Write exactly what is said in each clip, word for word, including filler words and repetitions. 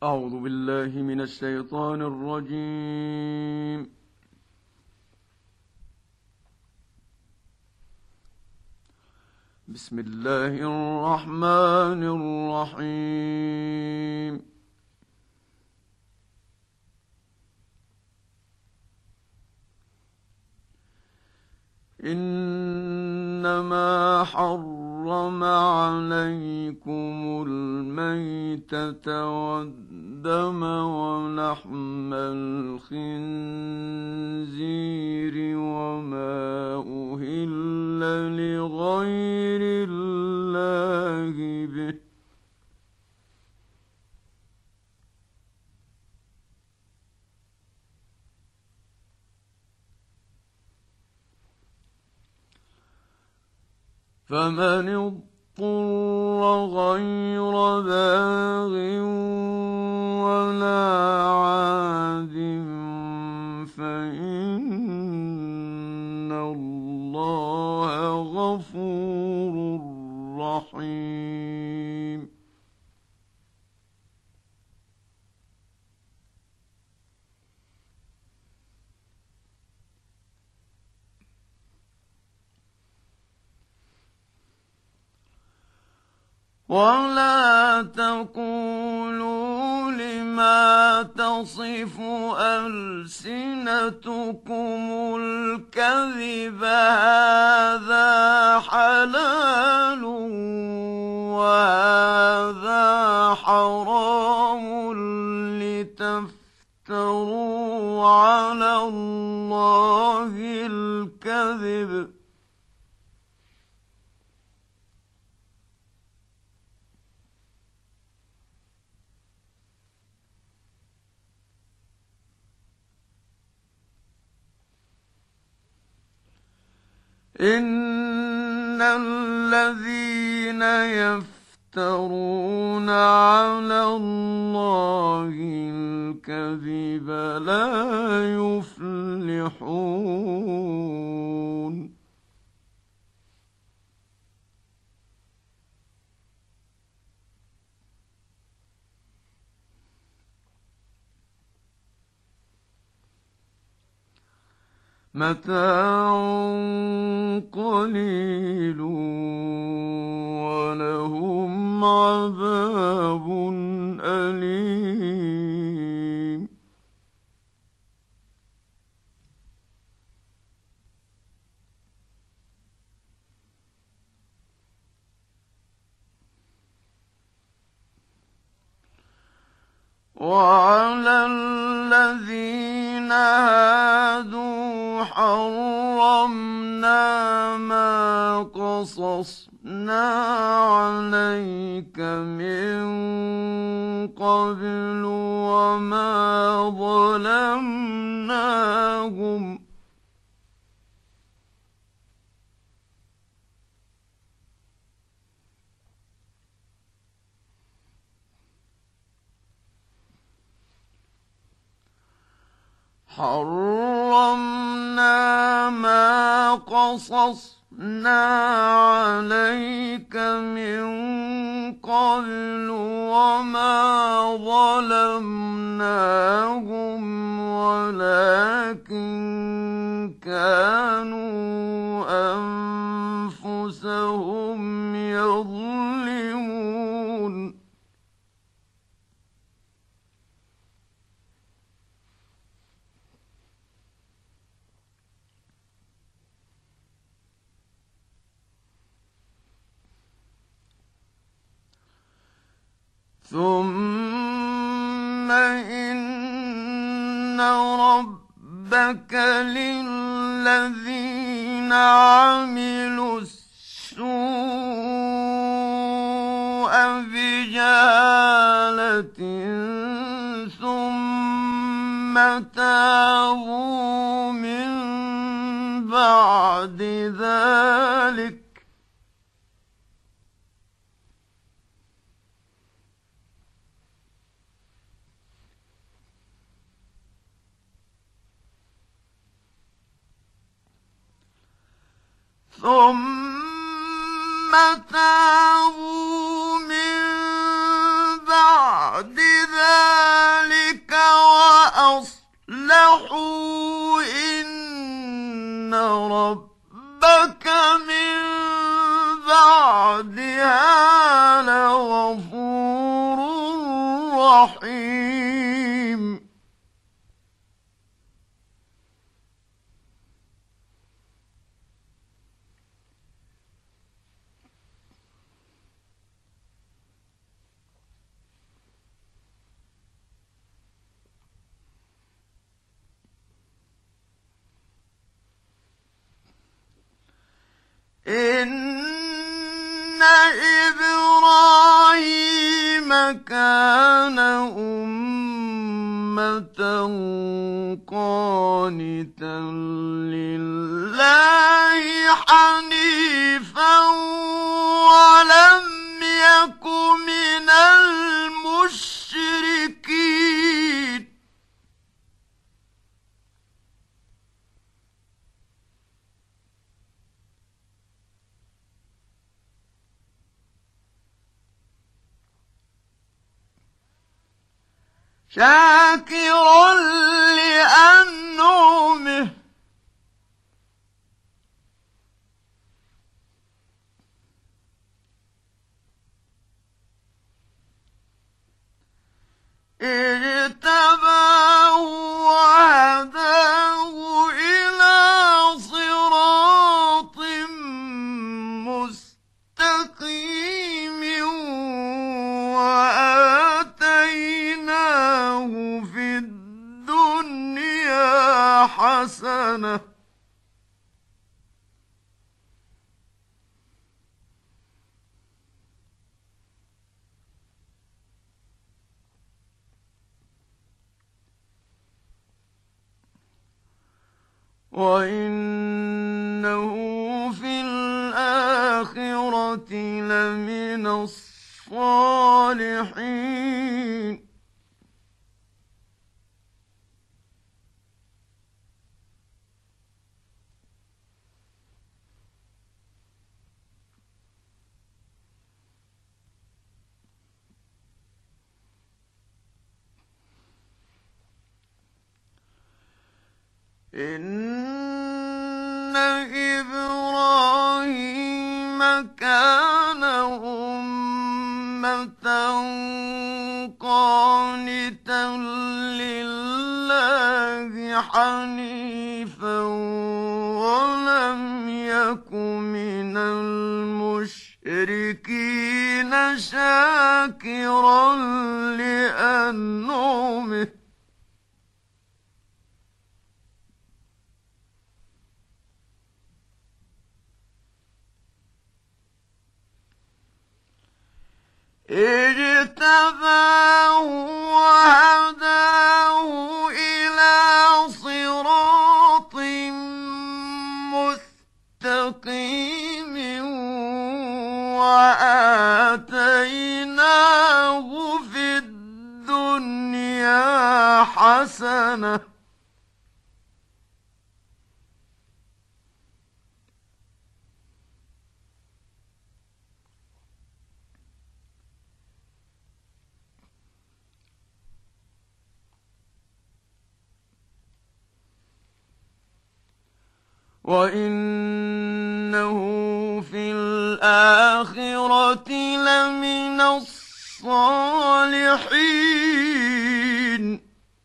أعوذ بالله من الشيطان الرجيم. بسم الله الرحمن الرحيم. إنما حرم عليكم الميتة والدم ولحم الخنزير وما أهل لغير الله به، فمن اضطر غير باغ ولا عاد فإن الله غفور رحيم. ولا تقولوا لما تصف ألسنتكم الكذب هذا حلال وهذا حرام لتفتروا على الله الكذب، إن الذين يفترون على الله الكذب لا يفلحون. متاع قليل ولهم عذاب أليم. وعلى الذين هادوا حرمنا ما قصصنا عليك من قبل وما ظلمناهم حرمنا ما قصصنا عليك من قبل وما ظلمناهم ولكن كانوا أنفسهم يظلمون. ثم إن ربك للذين عملوا السوء بجهالة ثم تابوا من بعد ذلك ثم تابوا من بعد ذلك كان غفور رحيم إن إبراهيم كان أمة قانتا لله حنيفا ولم يك من المشركين شاكرا لأنعمه اجتباه وهداه إلى صراط مستقيم وآتيناه في الدنيا حسنة وإنه في الآخرة لمن الصالحين إن إبراهيم كان أمة قانتا لله حنيفا ولم يك من المشركين شاكرا لأنعمه اجتباه وهداه إلى صراط مستقيم وآتيناه في الدنيا حسنة وإنه في الآخرة لمن الصالحين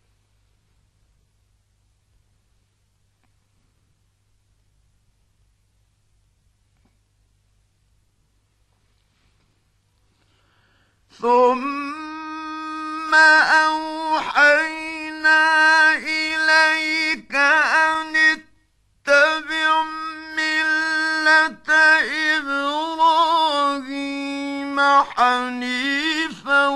ثم أوحينا إليك أن اتبع ملة إبراهيم حنيفا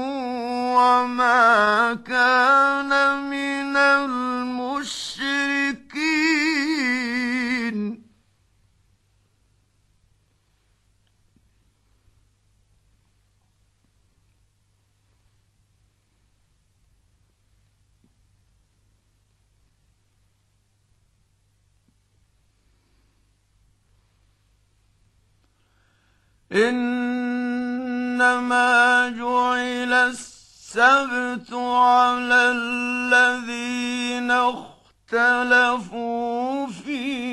وما كان من المشركين إنما جعل السبت على الذين اختلفوا فيه،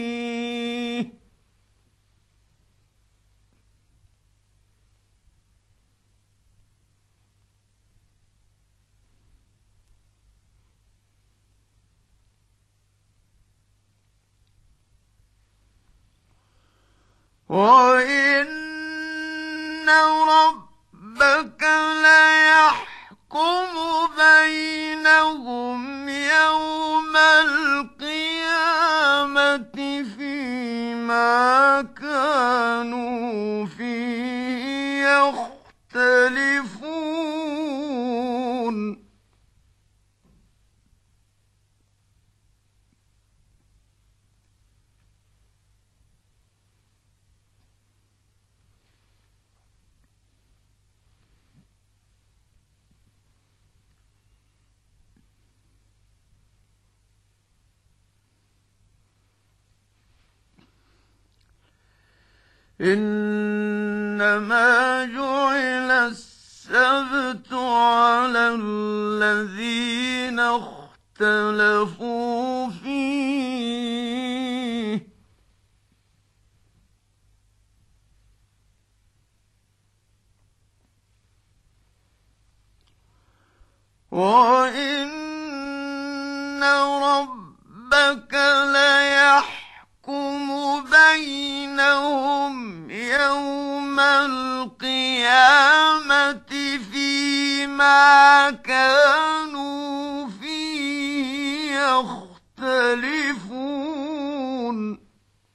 وإن ربك ليحكم بينهم يوم القيامة فيما كانوا فيه يختلفون إنما جعل السبت على الذين اختلفوا فيه وإن ربك ليحكم بينهم يوم القيامة فيما كانوا فيه يختلفون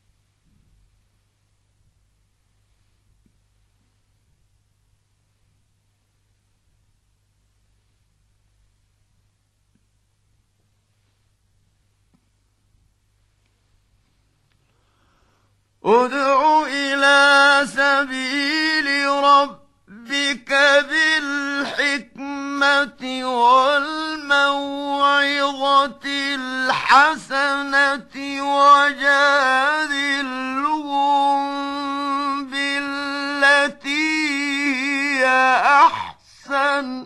ادع إلى سبيل ربك بالحكمة والموعظة الحسنة وجادلهم بالتي هي أحسن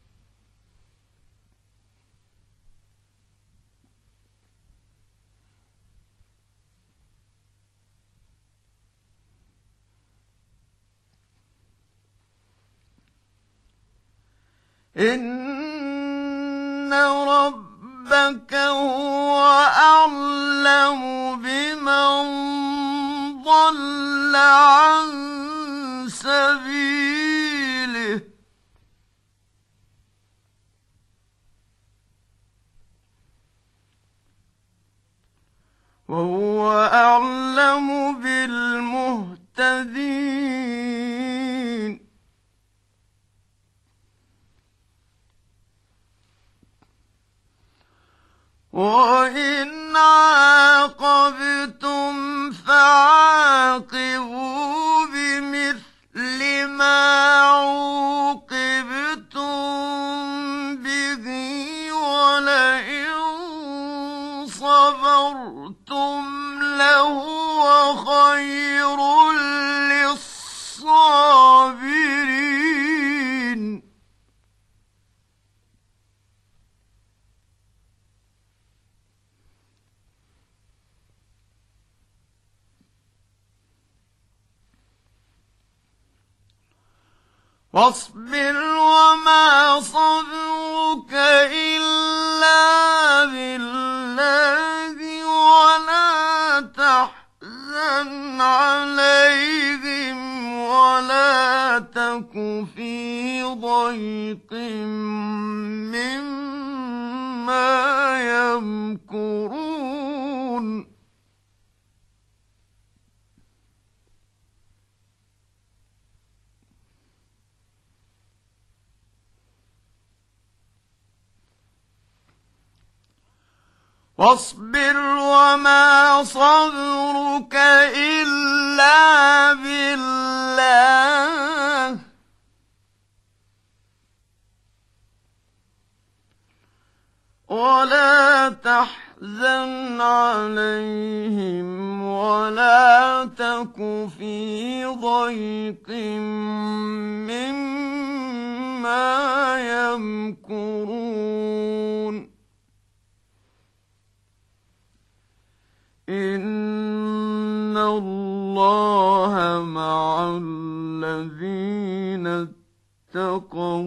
إن ربك هو أعلم بمن ضل عن سبيله وهو أعلم بالمهتدين وإن عاقبتم فعاقبوا بمثل ما عوقبتم به ولئن صبرتم لهو خير للصابرين واصبر وما صبرك إلا بالله ولا تحزن عليهم ولا تك في ضيق مما يمكرون واصبر وما صبرك إلا بالله ولا تحزن عليهم ولا تك في ضيق مما يمكرون إن الله مع الذين اتقوا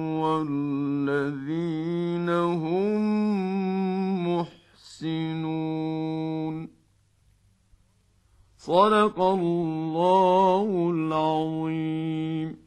والذين هم محسنون صدق الله العظيم.